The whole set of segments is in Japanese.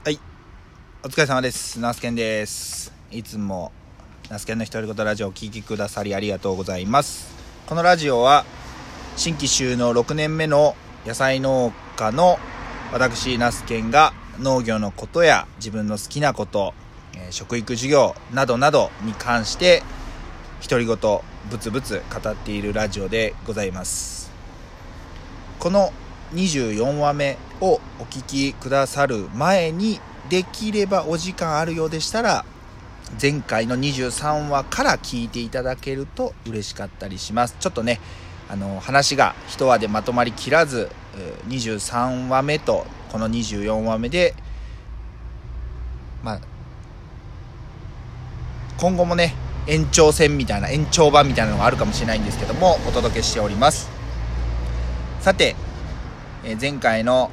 はい、お疲れ様です。ナースケンです。いつもナースケンの独り言ラジオをお聞きくださりありがとうございます。このラジオは新規就農6年目の野菜農家の私ナースケンが農業のことや自分の好きなこと、食育授業などなどに関して独り言ブツブツ語っているラジオでございます。この24話目をお聞きくださる前に、できればお時間あるようでしたら前回の23話から聞いていただけると嬉しかったりします。ちょっとね話が1話でまとまりきらず、23話目とこの24話目で今後もね延長版みたいなのがあるかもしれないんですけども、お届けしております。さて、前回の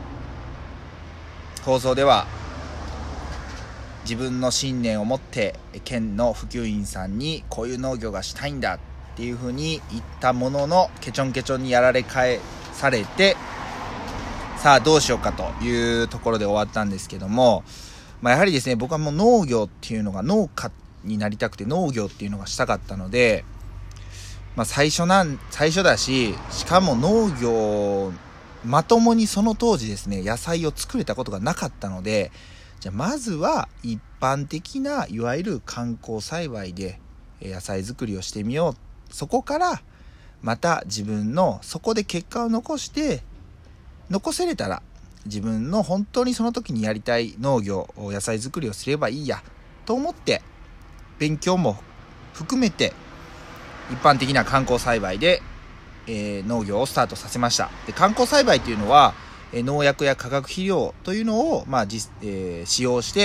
放送では自分の信念を持って県の普及員さんにこういう農業がしたいんだっていうふうに言ったものの、ケチョンケチョンにやられ返されて、さあどうしようかというところで終わったんですけども、やはりですね、僕はもう農業っていうのが農家になりたくて農業っていうのがしたかったので、最初だし、しかも農業まともにその当時ですね野菜を作れたことがなかったので、じゃあまずは一般的ないわゆる観光栽培で野菜作りをしてみよう。そこからまた自分のそこで結果を残せれたら自分の本当にその時にやりたい農業野菜作りをすればいいやと思って勉強も含めて一般的な観光栽培で農業をスタートさせました。で、観光栽培というのは農薬や化学肥料というのを、使用して、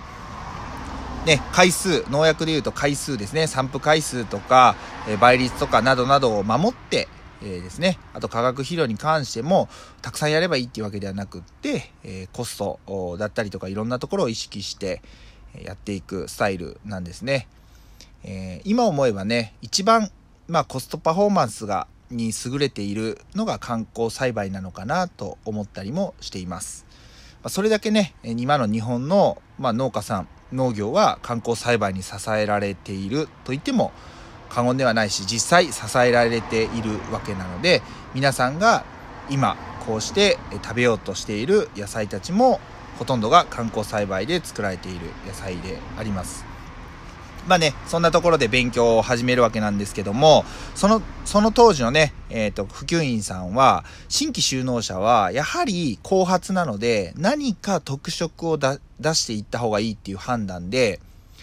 回数、農薬でいうと回数ですね、散布回数とか、倍率とかなどなどを守って、ですね、あと化学肥料に関してもたくさんやればいいっていうわけではなくって、コストだったりとかいろんなところを意識してやっていくスタイルなんですね。今思えばね、一番コストパフォーマンスに優れているのが観光栽培なのかなと思ったりもしています。それだけね、今の日本の、農家さん、農業は観光栽培に支えられていると言っても過言ではないし、実際支えられているわけなので、皆さんが今こうして食べようとしている野菜たちもほとんどが観光栽培で作られている野菜であります。そんなところで勉強を始めるわけなんですけども、その当時のね、普及員さんは、新規就農者はやはり後発なので、何か特色を出していった方がいいっていう判断で、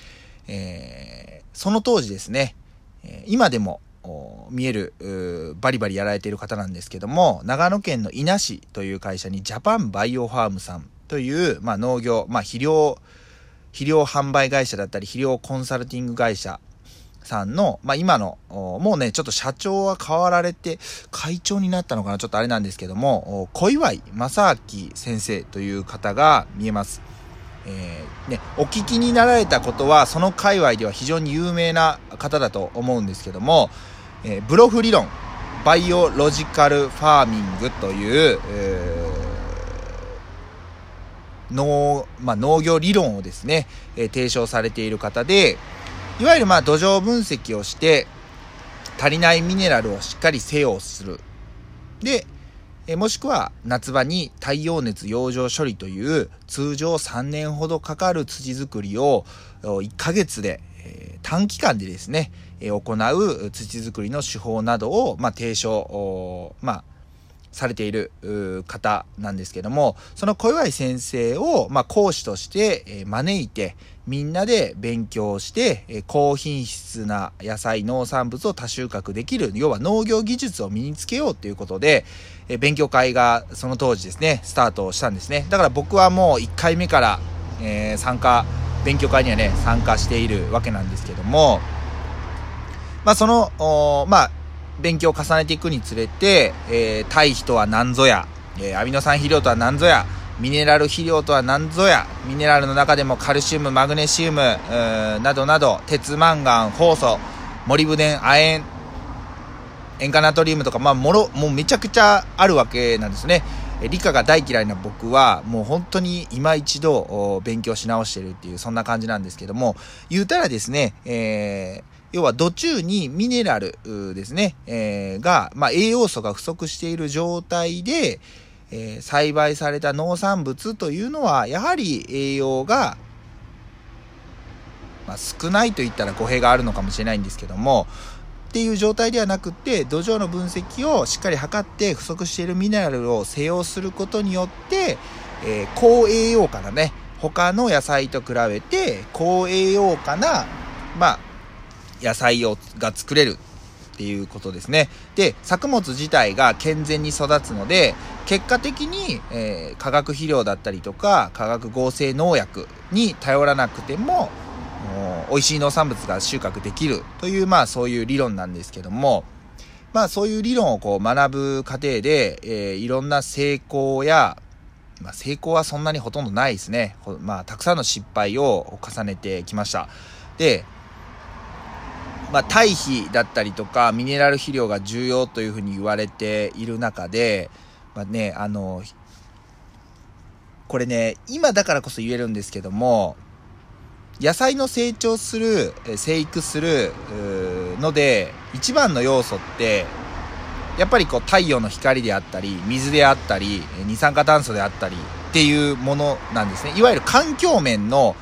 その当時ですね、今でも見えるバリバリやられている方なんですけども、長野県の伊那市という会社にジャパンバイオファームさんという、農業、肥料販売会社だったり肥料コンサルティング会社さんの、今のもうねちょっと社長は変わられて会長になったのかな、ちょっとあれなんですけども、小岩井正明先生という方が見えます。お聞きになられたことはその界隈では非常に有名な方だと思うんですけども、ブロフ理論バイオロジカルファーミングという、農業理論をですね、提唱されている方で、いわゆる土壌分析をして足りないミネラルをしっかり施用する。で、もしくは夏場に太陽熱養生処理という通常3年ほどかかる土作りを1ヶ月で、短期間でですね、行う土作りの手法などを提唱されている方なんですけども、その小岩井先生を講師として招いてみんなで勉強して高品質な野菜農産物を多収穫できる、要は農業技術を身につけようということで勉強会がその当時ですねスタートしたんですね。だから僕はもう1回目から勉強会にはね参加しているわけなんですけども、その勉強を重ねていくにつれて、堆肥とは何ぞや、アミノ酸肥料とは何ぞや、ミネラル肥料とは何ぞや、ミネラルの中でもカルシウム、マグネシウムなどなど、鉄、マンガン、ホウ素、モリブデン、亜鉛、塩化ナトリウムとかもうめちゃくちゃあるわけなんですね。 理科が大嫌いな僕はもう本当に今一度勉強し直してるっていうそんな感じなんですけども、言うたらですね、要は土中にミネラルですね、が、栄養素が不足している状態で、栽培された農産物というのはやはり栄養が、少ないと言ったら語弊があるのかもしれないんですけどもっていう状態ではなくって、土壌の分析をしっかり測って不足しているミネラルを施養することによって、高栄養価なね、他の野菜と比べて高栄養価な野菜が作れるっていうことですね。で、作物自体が健全に育つので、結果的に、化学肥料だったりとか化学合成農薬に頼らなくても美味しい農産物が収穫できるというそういう理論なんですけども、そういう理論を学ぶ過程で、いろんな成功や、成功はそんなにほとんどないですね。たくさんの失敗を重ねてきました。で、堆肥だったりとかミネラル肥料が重要というふうに言われている中で、これね、今だからこそ言えるんですけども、野菜の成長する、生育するので一番の要素ってやっぱり太陽の光であったり水であったり二酸化炭素であったりっていうものなんですね。いわゆる環境面の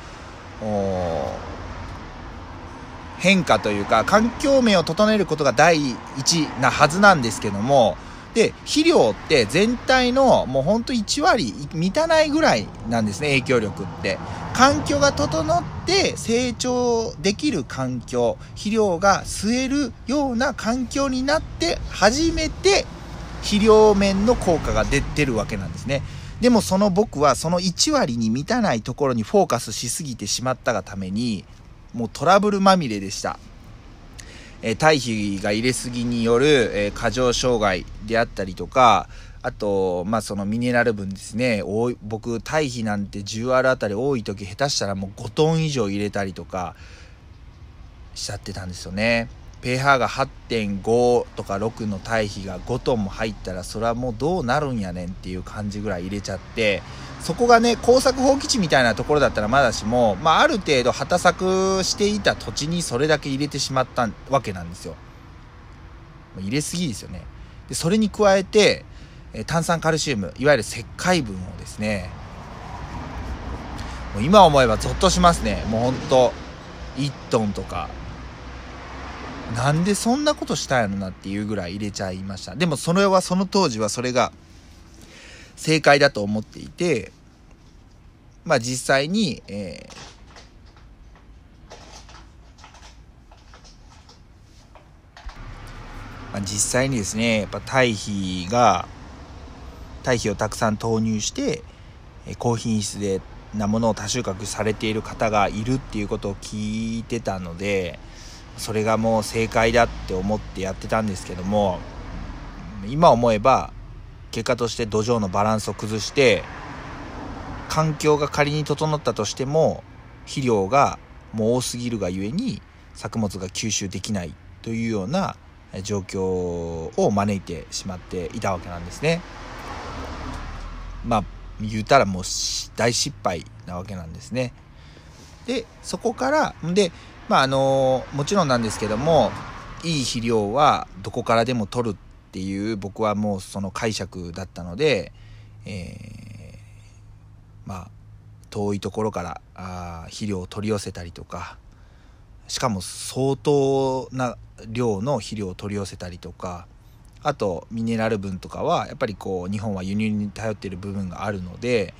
変化というか環境面を整えることが第一なはずなんですけども、で肥料って全体のもうほんと1割満たないぐらいなんですね。影響力って環境が整って成長できる環境、肥料が吸えるような環境になって初めて肥料面の効果が出るわけなんですね。でも僕はその1割に満たないところにフォーカスしすぎてしまったがためにもうトラブルまみれでした。堆肥が入れすぎによる、過剰障害であったりとか、あとそのミネラル分ですね。僕堆肥なんて 10R あたり多い時下手したらもう5トン以上入れたりとかしちゃってたんですよね。pH が 8.5 とか6の堆肥が5トンも入ったらそれはもうどうなるんやねんっていう感じぐらい入れちゃって、そこがね耕作放棄地みたいなところだったらまだしも、ある程度畑作していた土地にそれだけ入れてしまったわけなんですよ。入れすぎですよね。でそれに加えて炭酸カルシウム、いわゆる石灰分をですね、もう今思えばゾッとしますね。もうほんと1トンとかなんでそんなことしたんやろなっていうぐらい入れちゃいました。でもその当時はそれが正解だと思っていて、実際に、実際にですね、やっぱ堆肥をたくさん投入して高品質なものを多収穫されている方がいるっていうことを聞いてたので、それがもう正解だって思ってやってたんですけども、今思えば結果として土壌のバランスを崩して環境が仮に整ったとしても肥料がもう多すぎるがゆえに作物が吸収できないというような状況を招いてしまっていたわけなんですね。言うたらもう大失敗なわけなんですね。でそこからもちろんなんですけども、いい肥料はどこからでも取るっていう僕はもうその解釈だったので、遠いところから肥料を取り寄せたりとか、しかも相当な量の肥料を取り寄せたりとか、あとミネラル分とかはやっぱり日本は輸入に頼っている部分があるので、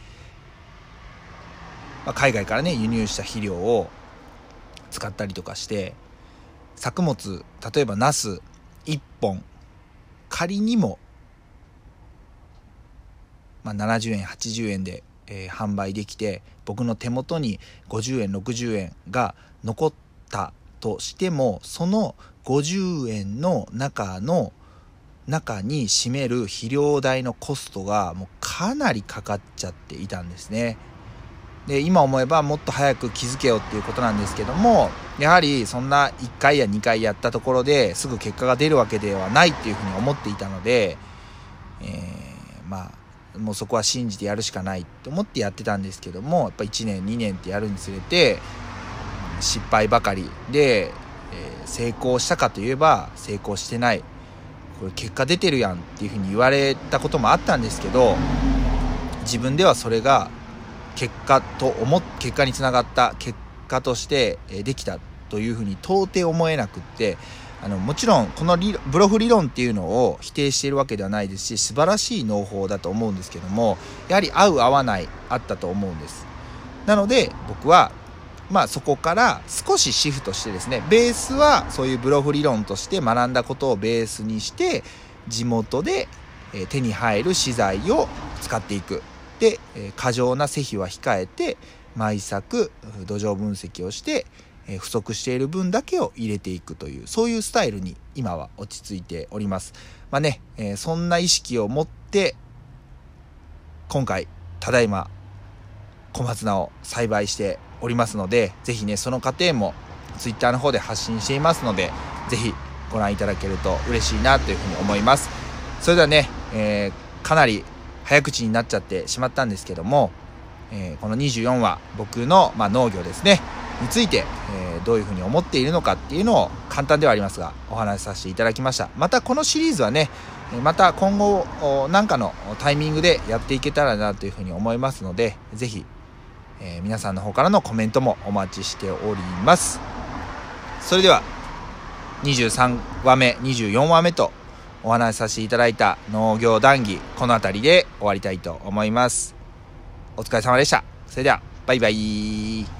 海外からね輸入した肥料を使ったりとかして作物、例えばナス1本仮にも、70円80円で、販売できて僕の手元に50円60円が残ったとしても、その50円の中に占める肥料代のコストがもうかなりかかっちゃっていたんですね。で今思えばもっと早く気づけよっていうことなんですけども、やはりそんな1回や2回やったところですぐ結果が出るわけではないっていうふうに思っていたので、 もうそこは信じてやるしかないと思ってやってたんですけども、やっぱ1年2年ってやるにつれて失敗ばかりで、成功したかといえば成功してない、これ結果出てるやんっていうふうに言われたこともあったんですけど、自分ではそれが結果につながった結果としてできたというふうに到底思えなくって、もちろんこのブロフ理論っていうのを否定しているわけではないですし、素晴らしい農法だと思うんですけども、やはり合う合わないあったと思うんです。なので僕はそこから少しシフトしてですね、ベースはそういうブロフ理論として学んだことをベースにして、地元で手に入る資材を使っていく。で、過剰な施肥は控えて、毎作土壌分析をして、不足している分だけを入れていくという、そういうスタイルに今は落ち着いております。そんな意識を持って今回ただいま小松菜を栽培しておりますので、ぜひねその過程もツイッターの方で発信していますので、ぜひご覧いただけると嬉しいなというふうに思います。それではね、かなり早口になっちゃってしまったんですけども、この24話僕の、農業ですねについて、どういうふうに思っているのかっていうのを簡単ではありますがお話しさせていただきました。またこのシリーズはね、また今後何かのタイミングでやっていけたらなというふうに思いますので、ぜひ、皆さんの方からのコメントもお待ちしております。それでは23話目24話目とお話しさせていただいた農業談義、この辺りで終わりたいと思います。お疲れ様でした。それではバイバイ。